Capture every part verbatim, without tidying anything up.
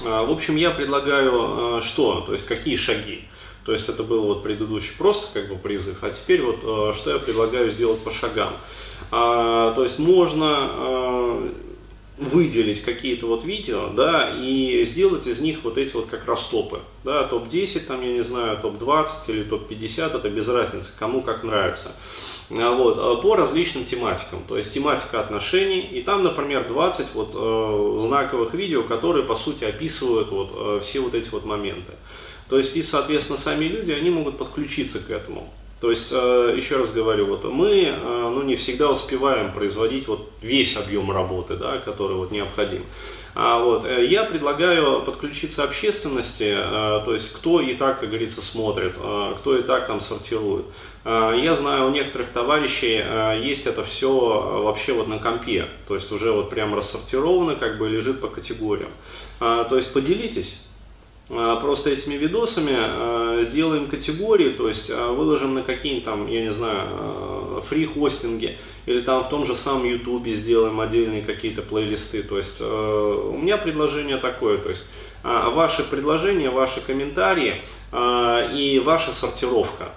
В общем, я предлагаю что? То есть какие шаги? То есть это был вот предыдущий просто как бы призыв, а теперь вот что я предлагаю сделать по шагам. То есть можно выделить какие-то вот видео, да, и сделать из них вот эти вот как раз топы, да, топ десять, там, я не знаю, топ двадцать или топ пятьдесят, это без разницы, кому как нравится, вот, по различным тематикам, то есть тематика отношений, и там, например, двадцать вот э, знаковых видео, которые, по сути, описывают вот э, все вот эти вот моменты, то есть, и, соответственно, сами люди, они могут подключиться к этому. То есть, еще раз говорю, вот мы ну, не всегда успеваем производить вот весь объем работы, да, который вот необходим. А вот, я предлагаю подключиться общественности, то есть кто и так, как говорится, смотрит, кто и так там сортирует. Я знаю, у некоторых товарищей есть это все вообще вот на компе, то есть уже вот прям рассортировано, как бы лежит по категориям. То есть поделитесь. Просто этими видосами сделаем категории, то есть выложим на какие-нибудь там, я не знаю, фри-хостинги, или там в том же самом ютубе сделаем отдельные какие-то плейлисты. То есть у меня предложение такое, то есть ваши предложения, ваши комментарии и ваша сортировка.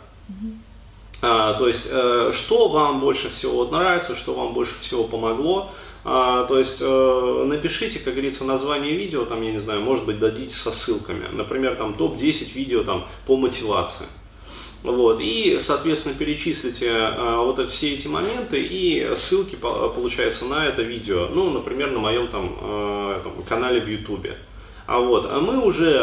То есть что вам больше всего нравится, что вам больше всего помогло. А, то есть э, напишите, как говорится, название видео, там, я не знаю, может быть, дадите со ссылками, например, там топ десять видео там, по мотивации. Вот, и, соответственно, перечислите э, вот все эти моменты и ссылки, получается, на это видео, ну, например, на моем там, э, там, канале в ютубе. А вот, а мы уже,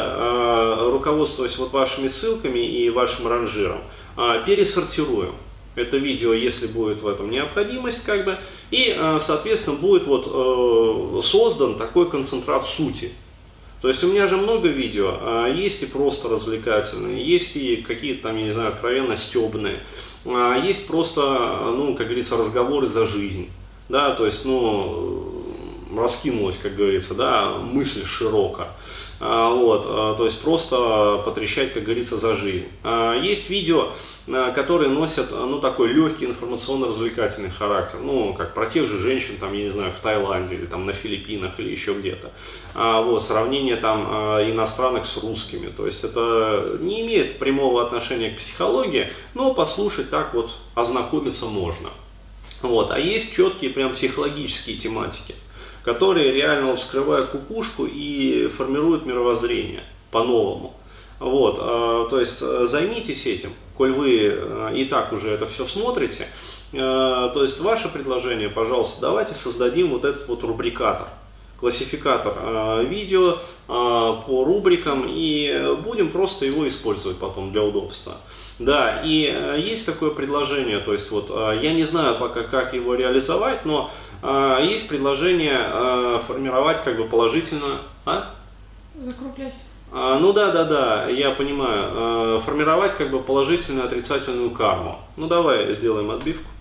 э, руководствуясь вот вашими ссылками и вашим ранжиром, э, пересортируем это видео, если будет в этом необходимость, как бы, и, соответственно, будет вот э, создан такой концентрат сути. То есть у меня же много видео, есть и просто развлекательные, есть и какие-то там, я не знаю, откровенно стебные, есть просто, ну, как говорится, разговоры за жизнь, да, то есть, ну, раскинулась, как говорится, да, мысль широко. Вот, то есть просто потрещать, как говорится, за жизнь. Есть видео, которые носят, ну, такой легкий информационно-развлекательный характер, ну, как про тех же женщин, там, я не знаю, в Таиланде или там на Филиппинах или еще где-то. Вот, сравнение там иностранных с русскими, то есть это не имеет прямого отношения к психологии, но послушать так вот, ознакомиться можно. Вот, а есть четкие прям психологические тематики, которые реально вскрывают кукушку и формируют мировоззрение по-новому. Вот, то есть займитесь этим, коль вы и так уже это все смотрите. То есть ваше предложение, пожалуйста, давайте создадим вот этот вот рубрикатор, классификатор видео по рубрикам и будем просто его использовать потом для удобства. Да, и есть такое предложение, то есть вот я не знаю пока, как его реализовать, но есть предложение формировать как бы положительно. А? Закругляйся. Ну да, да, да, я понимаю. Формировать как бы положительную, отрицательную карму. Ну давай сделаем отбивку.